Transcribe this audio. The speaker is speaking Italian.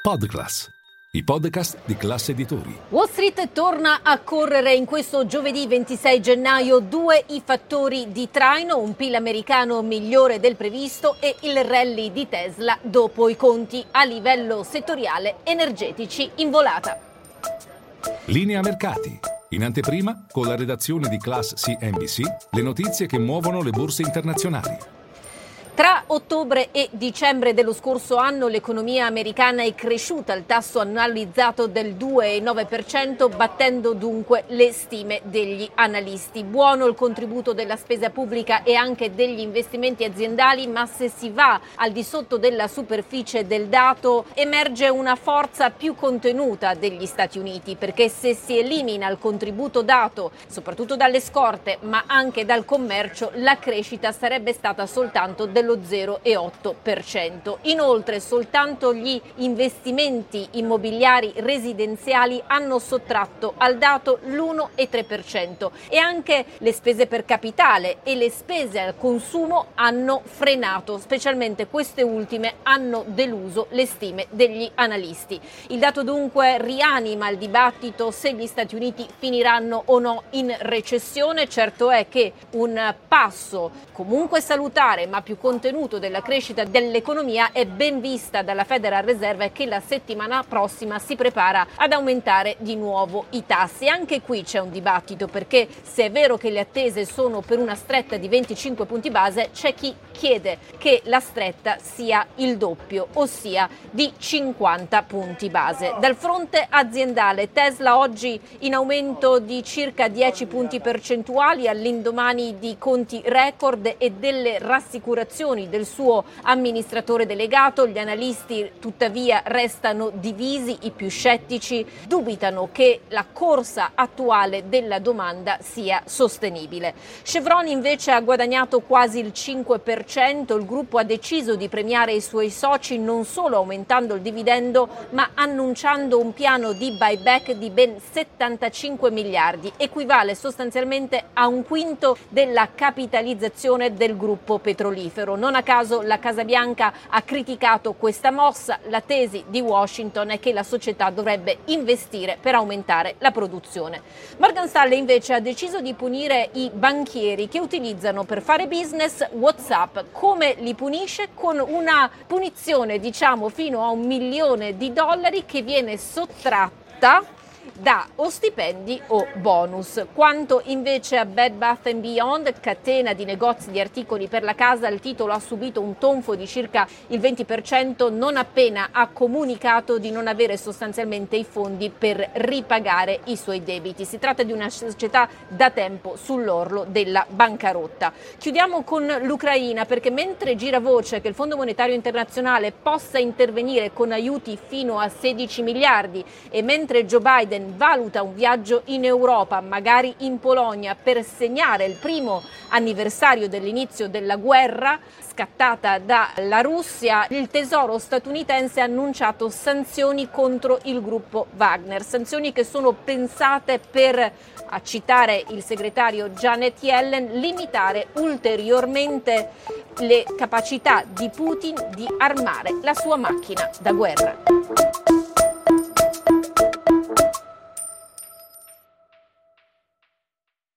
Podclass, i podcast di Class Editori. Wall Street torna a correre in questo giovedì 26 gennaio. Due i fattori di traino: un PIL americano migliore del previsto e il rally di Tesla dopo i conti. A livello settoriale, energetici in volata. Linea mercati. In anteprima, con la redazione di Class CNBC, le notizie che muovono le borse internazionali. Tra ottobre e dicembre dello scorso anno l'economia americana è cresciuta al tasso annualizzato del 2,9%, battendo dunque le stime degli analisti. Buono il contributo della spesa pubblica e anche degli investimenti aziendali, ma se si va al di sotto della superficie del dato emerge una forza più contenuta degli Stati Uniti, perché se si elimina il contributo dato soprattutto dalle scorte ma anche dal commercio, la crescita sarebbe stata soltanto dello 0,8%. Inoltre soltanto gli investimenti immobiliari residenziali hanno sottratto al dato l'1,3% e anche le spese per capitale e le spese al consumo hanno frenato, specialmente queste ultime hanno deluso le stime degli analisti. Il dato dunque rianima il dibattito se gli Stati Uniti finiranno o no in recessione. Certo è che un passo comunque salutare ma più contenuto della crescita dell'economia è ben vista dalla Federal Reserve, che la settimana prossima si prepara ad aumentare di nuovo i tassi. Anche qui c'è un dibattito, perché se è vero che le attese sono per una stretta di 25 punti base, c'è chi chiede che la stretta sia il doppio, ossia di 50 punti base. Dal fronte aziendale, Tesla oggi in aumento di circa 10 punti percentuali all'indomani di conti record e delle rassicurazioni del suo amministratore delegato. Gli analisti tuttavia restano divisi, i più scettici dubitano che la corsa attuale della domanda sia sostenibile. Chevron invece ha guadagnato quasi il 5%, il gruppo ha deciso di premiare i suoi soci non solo aumentando il dividendo ma annunciando un piano di buyback di ben 75 miliardi, equivale sostanzialmente a un quinto della capitalizzazione del gruppo petrolifero. Non a caso la Casa Bianca ha criticato questa mossa. La tesi di Washington è che la società dovrebbe investire per aumentare la produzione. Morgan Stanley invece ha deciso di punire i banchieri che utilizzano per fare business WhatsApp. Come li punisce? Con una punizione fino a $1 milione che viene sottratta da o stipendi o bonus. Quanto invece a Bed Bath & Beyond, catena di negozi di articoli per la casa, il titolo ha subito un tonfo di circa il 20% non appena ha comunicato di non avere sostanzialmente i fondi per ripagare i suoi debiti. Si tratta di una società da tempo sull'orlo della bancarotta. Chiudiamo con l'Ucraina, perché mentre gira voce che il Fondo Monetario Internazionale possa intervenire con aiuti fino a 16 miliardi e mentre Joe Biden valuta un viaggio in Europa, magari in Polonia, per segnare il primo anniversario dell'inizio della guerra scattata dalla Russia, il Tesoro statunitense ha annunciato sanzioni contro il gruppo Wagner, sanzioni che sono pensate per, a citare il segretario Janet Yellen, limitare ulteriormente le capacità di Putin di armare la sua macchina da guerra.